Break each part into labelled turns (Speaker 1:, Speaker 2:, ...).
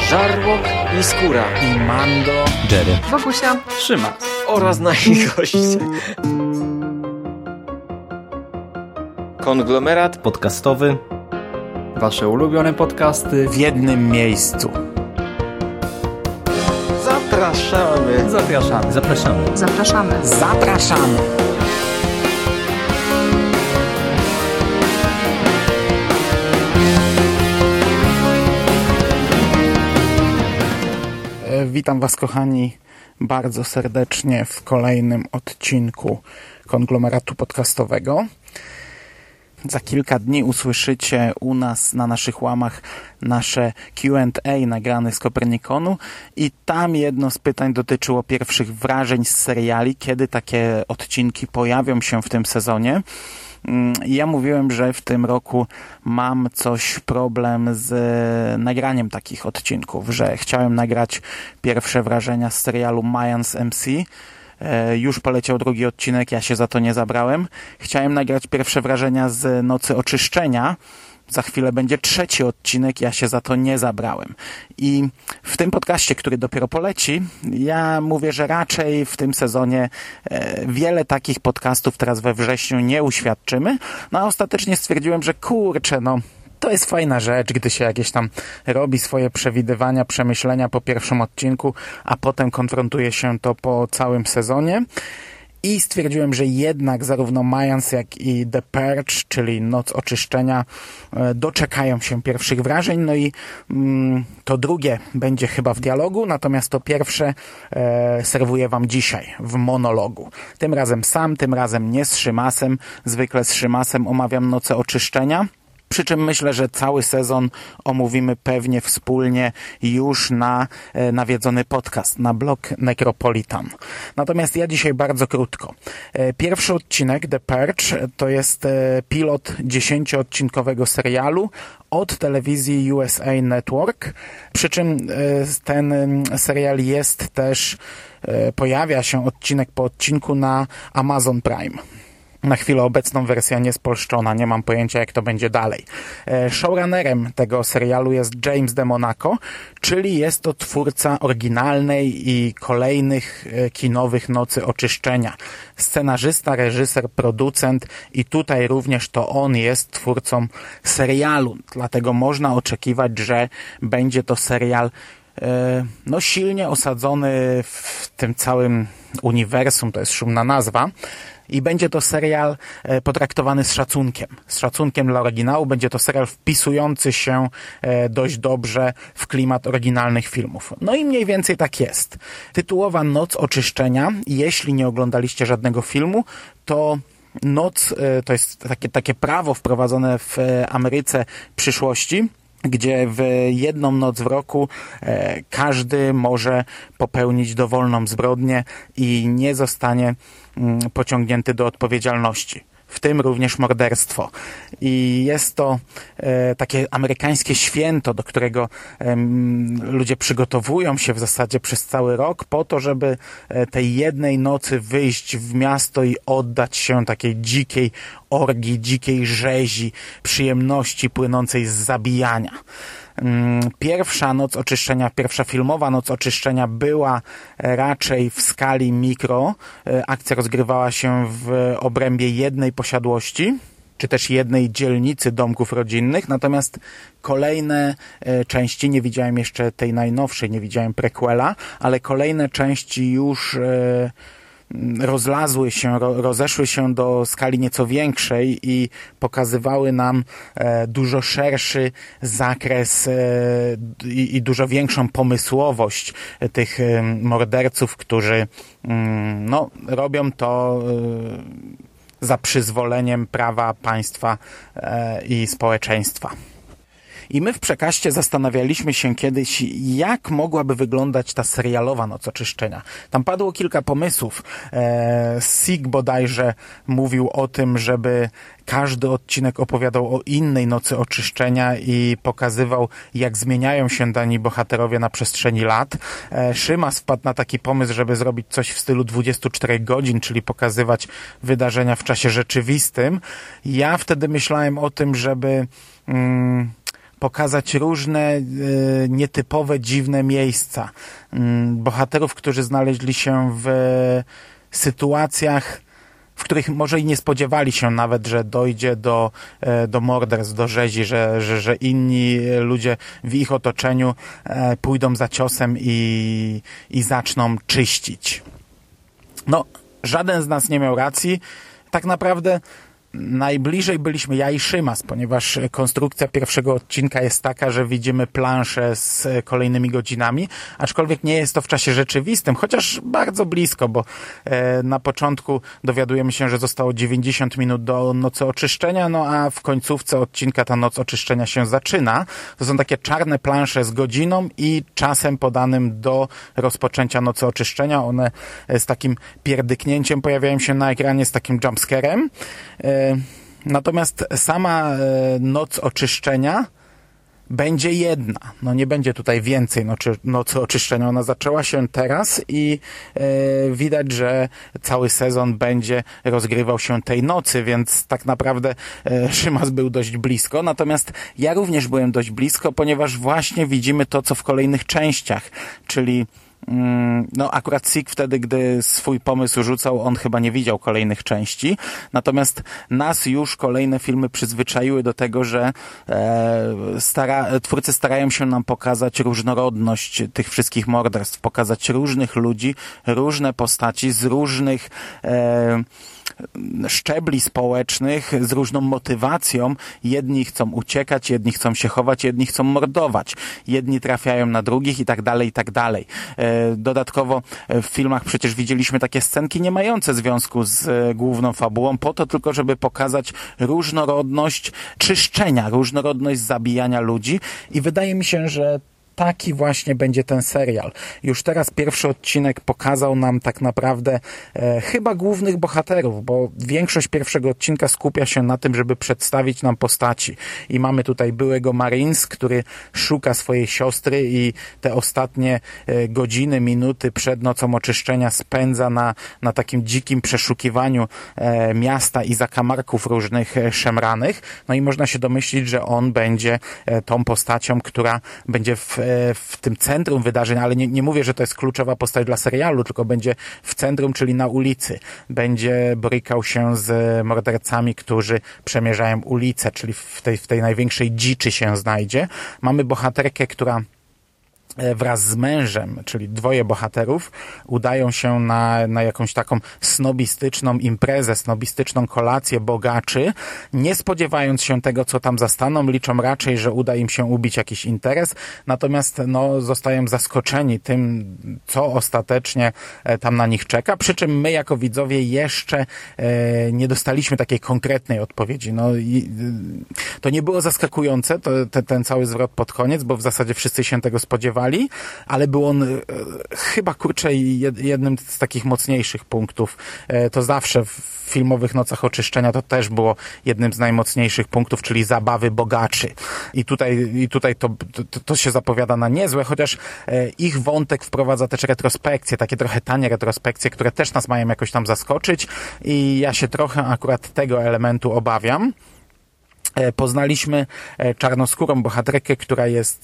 Speaker 1: Żarłok i Skóra
Speaker 2: i Mando,
Speaker 3: Jerry,
Speaker 4: Wokusia,
Speaker 5: Szymas
Speaker 1: oraz nasi goście. Konglomerat
Speaker 3: podcastowy.
Speaker 5: Wasze ulubione podcasty
Speaker 2: w jednym miejscu.
Speaker 1: Zapraszamy.
Speaker 5: Zapraszamy.
Speaker 3: Zapraszamy.
Speaker 4: zapraszamy.
Speaker 2: Zapraszamy. Witam Was, kochani, bardzo serdecznie w kolejnym odcinku Konglomeratu Podcastowego. Za kilka dni usłyszycie u nas na naszych łamach nasze Q&A nagrane z Kopernikonu i tam jedno z pytań dotyczyło pierwszych wrażeń z seriali, kiedy takie odcinki pojawią się w tym sezonie. Ja mówiłem, że w tym roku mam problem z nagraniem takich odcinków, że chciałem nagrać pierwsze wrażenia z serialu Mayans MC. Już poleciał drugi odcinek, ja się za to nie zabrałem. Chciałem nagrać pierwsze wrażenia z Nocy Oczyszczenia. Za chwilę będzie trzeci odcinek, ja się za to nie zabrałem. I w tym podcaście, który dopiero poleci, ja mówię, że raczej w tym sezonie wiele takich podcastów teraz we wrześniu nie uświadczymy. No a ostatecznie stwierdziłem, że to jest fajna rzecz, gdy się jakieś tam robi swoje przewidywania, przemyślenia po pierwszym odcinku, a potem konfrontuje się to po całym sezonie. I stwierdziłem, że jednak zarówno Mayans, jak i The Purge, czyli Noc Oczyszczenia, doczekają się pierwszych wrażeń. No i to drugie będzie chyba w dialogu, natomiast to pierwsze serwuję Wam dzisiaj w monologu. Tym razem sam, tym razem nie z Szymasem. Zwykle z Szymasem omawiam Noce Oczyszczenia. Przy czym myślę, że cały sezon omówimy pewnie wspólnie już na nawiedzony podcast, na blog Necropolitan. Natomiast ja dzisiaj bardzo krótko. Pierwszy odcinek, The Purge, to jest pilot 10-odcinkowego serialu od telewizji USA Network. Przy czym ten serial jest też, pojawia się odcinek po odcinku na Amazon Prime. Na chwilę obecną wersja niespolszczona, nie mam pojęcia, jak to będzie dalej. Showrunnerem tego serialu jest James DeMonaco, czyli jest to twórca oryginalnej i kolejnych kinowych Nocy Oczyszczenia. Scenarzysta, reżyser, producent i tutaj również to on jest twórcą serialu. Dlatego można oczekiwać, że będzie to serial silnie osadzony w tym całym uniwersum, to jest szumna nazwa. I będzie to serial potraktowany z szacunkiem dla oryginału. Będzie to serial wpisujący się dość dobrze w klimat oryginalnych filmów. No i mniej więcej tak jest. Tytułowa Noc Oczyszczenia, jeśli nie oglądaliście żadnego filmu, to noc to jest takie prawo wprowadzone w Ameryce przyszłości, gdzie w jedną noc w roku każdy może popełnić dowolną zbrodnię i nie zostanie pociągnięty do odpowiedzialności. W tym również morderstwo. I jest to takie amerykańskie święto, do którego ludzie przygotowują się w zasadzie przez cały rok po to, żeby tej jednej nocy wyjść w miasto i oddać się takiej dzikiej orgii, dzikiej rzezi, przyjemności płynącej z zabijania. Pierwsza Noc Oczyszczenia, pierwsza filmowa Noc Oczyszczenia była raczej w skali mikro. Akcja rozgrywała się w obrębie jednej posiadłości, czy też jednej dzielnicy domków rodzinnych. Natomiast kolejne części, nie widziałem jeszcze tej najnowszej, nie widziałem prequela, ale kolejne części już rozeszły się do skali nieco większej i pokazywały nam dużo szerszy zakres i dużo większą pomysłowość tych morderców, którzy robią to za przyzwoleniem prawa państwa i społeczeństwa. I my w Przekaście zastanawialiśmy się kiedyś, jak mogłaby wyglądać ta serialowa Noc Oczyszczenia. Tam padło kilka pomysłów. Sig bodajże mówił o tym, żeby każdy odcinek opowiadał o innej Nocy Oczyszczenia i pokazywał, jak zmieniają się dani bohaterowie na przestrzeni lat. Szymas wpadł na taki pomysł, żeby zrobić coś w stylu 24 godzin, czyli pokazywać wydarzenia w czasie rzeczywistym. Ja wtedy myślałem o tym, żeby pokazać różne nietypowe, dziwne miejsca. Bohaterów, którzy znaleźli się w sytuacjach, w których może i nie spodziewali się nawet, że dojdzie do morderstw, do rzezi, że inni ludzie w ich otoczeniu pójdą za ciosem i zaczną czyścić. No, żaden z nas nie miał racji. Tak naprawdę najbliżej byliśmy ja i Szymas, ponieważ konstrukcja pierwszego odcinka jest taka, że widzimy planszę z kolejnymi godzinami, aczkolwiek nie jest to w czasie rzeczywistym, chociaż bardzo blisko, bo na początku dowiadujemy się, że zostało 90 minut do nocy oczyszczenia, no a w końcówce odcinka ta noc oczyszczenia się zaczyna. To są takie czarne plansze z godziną i czasem podanym do rozpoczęcia nocy oczyszczenia. One z takim pierdyknięciem pojawiają się na ekranie, z takim jumpscarem. Natomiast sama noc oczyszczenia będzie jedna. No nie będzie tutaj więcej nocy oczyszczenia. Ona zaczęła się teraz i widać, że cały sezon będzie rozgrywał się tej nocy, więc tak naprawdę Szymas był dość blisko. Natomiast ja również byłem dość blisko, ponieważ właśnie widzimy to, co w kolejnych częściach, czyli no akurat Sig wtedy, gdy swój pomysł rzucał, on chyba nie widział kolejnych części, natomiast nas już kolejne filmy przyzwyczaiły do tego, że twórcy starają się nam pokazać różnorodność tych wszystkich morderstw, pokazać różnych ludzi, różne postaci z różnych szczebli społecznych, z różną motywacją. Jedni chcą uciekać, jedni chcą się chować, jedni chcą mordować. Jedni trafiają na drugich i tak dalej, i tak dalej. Dodatkowo w filmach przecież widzieliśmy takie scenki nie mające związku z główną fabułą, po to tylko, żeby pokazać różnorodność czyszczenia, różnorodność zabijania ludzi i wydaje mi się, że taki właśnie będzie ten serial. Już teraz pierwszy odcinek pokazał nam tak naprawdę chyba głównych bohaterów, bo większość pierwszego odcinka skupia się na tym, żeby przedstawić nam postaci. I mamy tutaj byłego Marines, który szuka swojej siostry i te ostatnie godziny, minuty przed nocą oczyszczenia spędza na takim dzikim przeszukiwaniu miasta i zakamarków różnych szemranych. No i można się domyślić, że on będzie tą postacią, która będzie w tym centrum wydarzeń, ale nie mówię, że to jest kluczowa postać dla serialu, tylko będzie w centrum, czyli na ulicy. Będzie borykał się z mordercami, którzy przemierzają ulicę, czyli w tej największej dziczy się znajdzie. Mamy bohaterkę, która wraz z mężem, czyli dwoje bohaterów, udają się na jakąś taką snobistyczną imprezę, snobistyczną kolację bogaczy, nie spodziewając się tego, co tam zastaną, liczą raczej, że uda im się ubić jakiś interes, natomiast zostają zaskoczeni tym, co ostatecznie tam na nich czeka, przy czym my jako widzowie jeszcze nie dostaliśmy takiej konkretnej odpowiedzi. To nie było zaskakujące, ten cały zwrot pod koniec, bo w zasadzie wszyscy się tego spodziewali, ale był on chyba, jednym z takich mocniejszych punktów. To zawsze w filmowych nocach oczyszczenia to też było jednym z najmocniejszych punktów, czyli zabawy bogaczy. I tutaj to się zapowiada na niezłe, chociaż ich wątek wprowadza też retrospekcje, takie trochę tanie retrospekcje, które też nas mają jakoś tam zaskoczyć i ja się trochę akurat tego elementu obawiam. Poznaliśmy czarnoskórą bohaterkę, która jest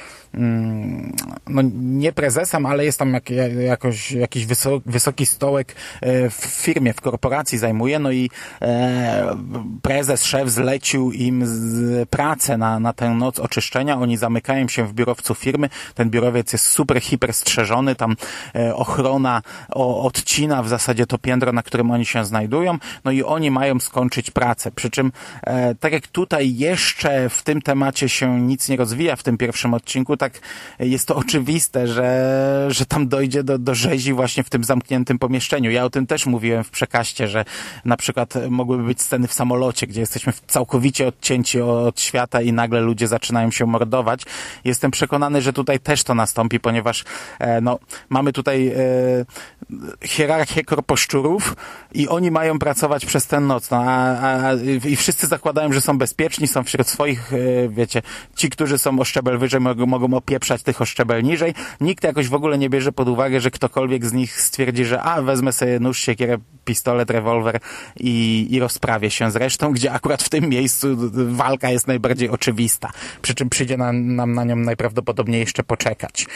Speaker 2: nie prezesem, ale jest tam jakiś wysoki stołek w firmie, w korporacji zajmuje, i prezes, szef zlecił im pracę na tę noc oczyszczenia. Oni zamykają się w biurowcu firmy. Ten biurowiec jest super, hiper strzeżony. Tam ochrona odcina w zasadzie to piętro, na którym oni się znajdują. I oni mają skończyć pracę. Przy czym, tak jak tutaj jeszcze w tym temacie się nic nie rozwija w tym pierwszym odcinku, tak jest to oczywiste, że tam dojdzie do rzezi właśnie w tym zamkniętym pomieszczeniu. Ja o tym też mówiłem w przekaście, że na przykład mogłyby być sceny w samolocie, gdzie jesteśmy całkowicie odcięci od świata i nagle ludzie zaczynają się mordować. Jestem przekonany, że tutaj też to nastąpi, ponieważ mamy tutaj hierarchię korposzczurów i oni mają pracować przez tę noc. No, i wszyscy zakładają, że są bezpieczni, są wśród swoich, wiecie, ci, którzy są o szczebel wyżej, mogą opieprzać tych o szczebel niżej. Nikt jakoś w ogóle nie bierze pod uwagę, że ktokolwiek z nich stwierdzi, że wezmę sobie nóż, siekierę, pistolet, rewolwer i rozprawię się z resztą, gdzie akurat w tym miejscu walka jest najbardziej oczywista. Przy czym przyjdzie nam na nią najprawdopodobniej jeszcze poczekać.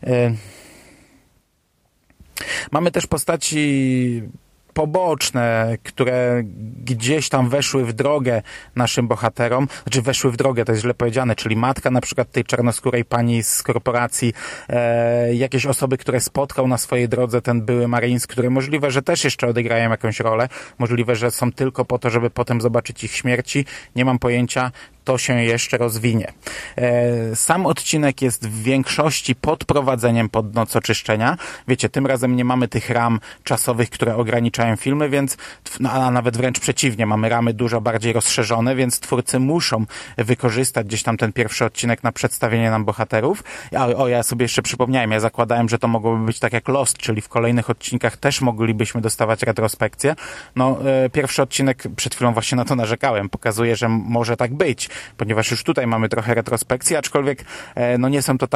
Speaker 2: Mamy też postaci poboczne, które gdzieś tam weszły w drogę naszym bohaterom, znaczy weszły w drogę, to jest źle powiedziane, czyli matka na przykład tej czarnoskórej pani z korporacji, jakieś osoby, które spotkał na swojej drodze ten były Marines, które możliwe, że też jeszcze odegrają jakąś rolę, możliwe, że są tylko po to, żeby potem zobaczyć ich śmierci, nie mam pojęcia, to się jeszcze rozwinie. Sam odcinek jest w większości podprowadzeniem pod noc oczyszczenia. Wiecie, tym razem nie mamy tych ram czasowych, które ograniczają filmy, więc, a nawet wręcz przeciwnie, mamy ramy dużo bardziej rozszerzone, więc twórcy muszą wykorzystać gdzieś tam ten pierwszy odcinek na przedstawienie nam bohaterów. Ja sobie jeszcze przypomniałem, ja zakładałem, że to mogłoby być tak jak Lost, czyli w kolejnych odcinkach też moglibyśmy dostawać retrospekcję. No, pierwszy odcinek, przed chwilą właśnie na to narzekałem, pokazuje, że może tak być, ponieważ już tutaj mamy trochę retrospekcji, aczkolwiek no nie są to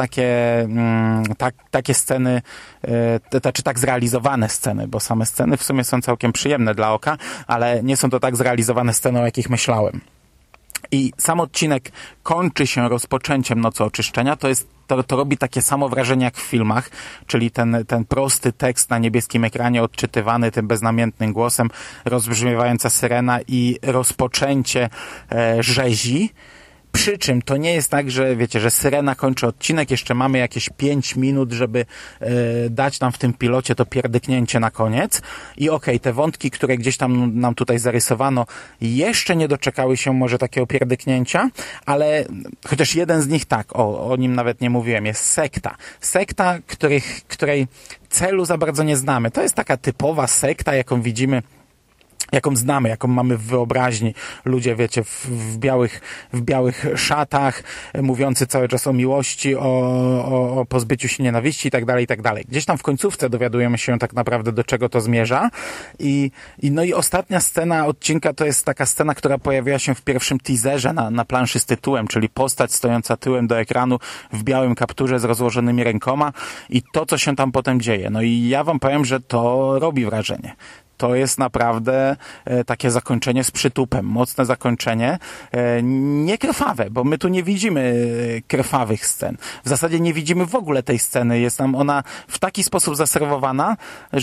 Speaker 2: takie sceny, czy tak zrealizowane sceny, bo same sceny w sumie są całkiem przyjemne dla oka, ale nie są to tak zrealizowane sceny, o jakich myślałem. I sam odcinek kończy się rozpoczęciem Nocy Oczyszczenia. To robi takie samo wrażenie jak w filmach, czyli ten prosty tekst na niebieskim ekranie odczytywany tym beznamiętnym głosem, rozbrzmiewająca syrena i rozpoczęcie rzezi. Przy czym to nie jest tak, że wiecie, że syrena kończy odcinek, jeszcze mamy jakieś 5 minut, żeby dać nam w tym pilocie to pierdyknięcie na koniec. I te wątki, które gdzieś tam nam tutaj zarysowano, jeszcze nie doczekały się może takiego pierdyknięcia, ale chociaż jeden z nich o nim nawet nie mówiłem, jest sekta. Sekta, której celu za bardzo nie znamy. To jest taka typowa sekta, jaką widzimy, jaką znamy, jaką mamy w wyobraźni. Ludzie, wiecie, w białych szatach, mówiący cały czas o miłości, o pozbyciu się nienawiści i tak dalej, i tak dalej. Gdzieś tam w końcówce dowiadujemy się tak naprawdę, do czego to zmierza. I ostatnia scena odcinka to jest taka scena, która pojawiła się w pierwszym teaserze na planszy z tytułem, czyli postać stojąca tyłem do ekranu w białym kapturze z rozłożonymi rękoma i to, co się tam potem dzieje. No i ja wam powiem, że to robi wrażenie. To jest naprawdę takie zakończenie z przytupem, mocne zakończenie, nie krwawe, bo my tu nie widzimy krwawych scen. W zasadzie nie widzimy w ogóle tej sceny. Jest nam ona w taki sposób zaserwowana,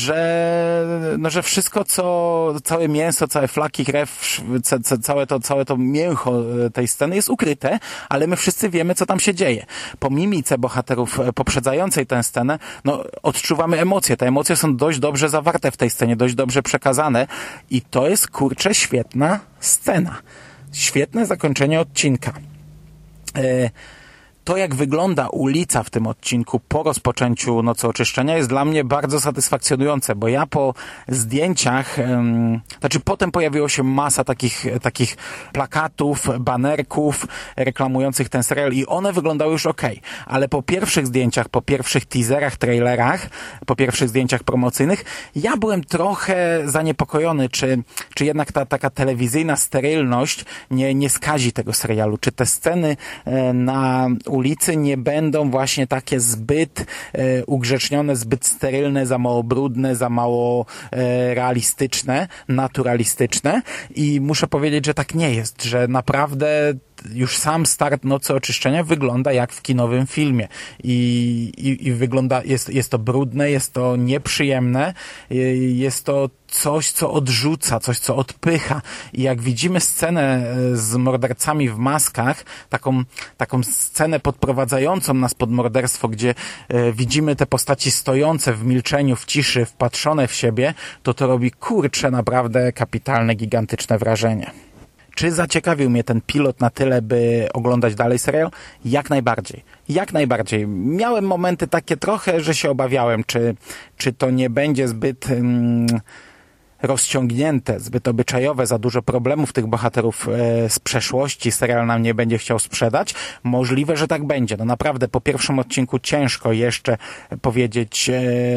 Speaker 2: że wszystko, całe mięso, całe flaki, krew, całe to mięcho tej sceny jest ukryte, ale my wszyscy wiemy, co tam się dzieje. Po mimice bohaterów poprzedzającej tę scenę, odczuwamy emocje. Te emocje są dość dobrze zawarte w tej scenie, dość dobrze przekazane i to jest, kurczę, świetna scena. Świetne zakończenie odcinka. To, jak wygląda ulica w tym odcinku po rozpoczęciu Nocy Oczyszczenia, jest dla mnie bardzo satysfakcjonujące, bo ja po zdjęciach, potem pojawiło się masa takich plakatów, banerków reklamujących ten serial i one wyglądały już okej, ale po pierwszych zdjęciach, po pierwszych teaserach, trailerach, po pierwszych zdjęciach promocyjnych, ja byłem trochę zaniepokojony, czy jednak ta taka telewizyjna sterylność nie skazi tego serialu, czy te sceny na ulicy nie będą właśnie takie zbyt ugrzecznione, zbyt sterylne, za mało brudne, za mało realistyczne, naturalistyczne i muszę powiedzieć, że tak nie jest, że naprawdę już sam start Nocy Oczyszczenia wygląda jak w kinowym filmie i wygląda, jest to brudne, jest to nieprzyjemne, jest to coś, co odrzuca, coś, co odpycha i jak widzimy scenę z mordercami w maskach, taką scenę podprowadzającą nas pod morderstwo, gdzie widzimy te postaci stojące w milczeniu, w ciszy, wpatrzone w siebie, to robi, kurczę, naprawdę kapitalne, gigantyczne wrażenie. Czy zaciekawił mnie ten pilot na tyle, by oglądać dalej serial? Jak najbardziej. Jak najbardziej. Miałem momenty takie trochę, że się obawiałem, czy to nie będzie zbyt rozciągnięte, zbyt obyczajowe, za dużo problemów tych bohaterów z przeszłości serial nam nie będzie chciał sprzedać. Możliwe, że tak będzie. Naprawdę po pierwszym odcinku ciężko jeszcze powiedzieć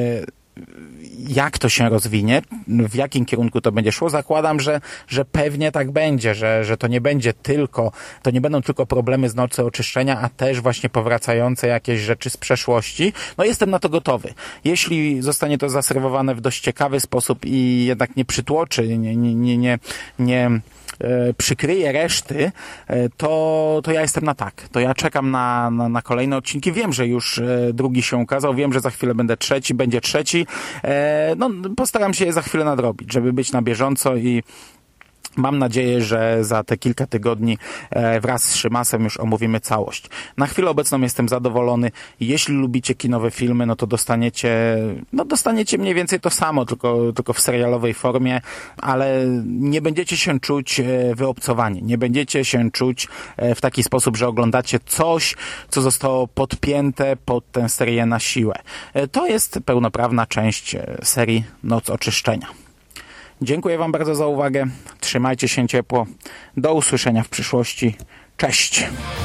Speaker 2: jak to się rozwinie, w jakim kierunku to będzie szło. Zakładam, że pewnie tak będzie, że to nie będzie to nie będą tylko problemy z nocy oczyszczenia, a też właśnie powracające jakieś rzeczy z przeszłości. No jestem na to gotowy. Jeśli zostanie to zaserwowane w dość ciekawy sposób i jednak nie przytłoczy, nie przykryje reszty, to ja jestem na tak. To ja czekam na kolejne odcinki. Wiem, że już drugi się ukazał. Wiem, że za chwilę będzie trzeci. No, postaram się je za chwilę nadrobić, żeby być na bieżąco i mam nadzieję, że za te kilka tygodni wraz z Szymasem już omówimy całość. Na chwilę obecną jestem zadowolony. Jeśli lubicie kinowe filmy, no to dostaniecie mniej więcej to samo, tylko w serialowej formie, ale nie będziecie się czuć wyobcowani. Nie będziecie się czuć w taki sposób, że oglądacie coś, co zostało podpięte pod tę serię na siłę. To jest pełnoprawna część serii Noc Oczyszczenia. Dziękuję wam bardzo za uwagę. Trzymajcie się ciepło. Do usłyszenia w przyszłości. Cześć!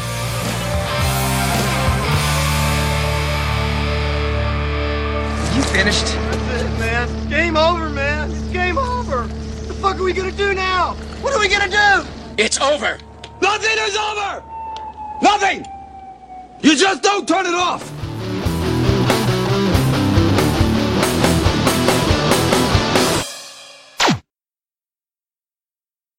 Speaker 3: You finished?
Speaker 4: That's it, man. Game over, man. It's game over. What the fuck are we gonna do now? What are we gonna do?
Speaker 3: It's over!
Speaker 4: Nothing is over! Nothing! You just don't turn it off!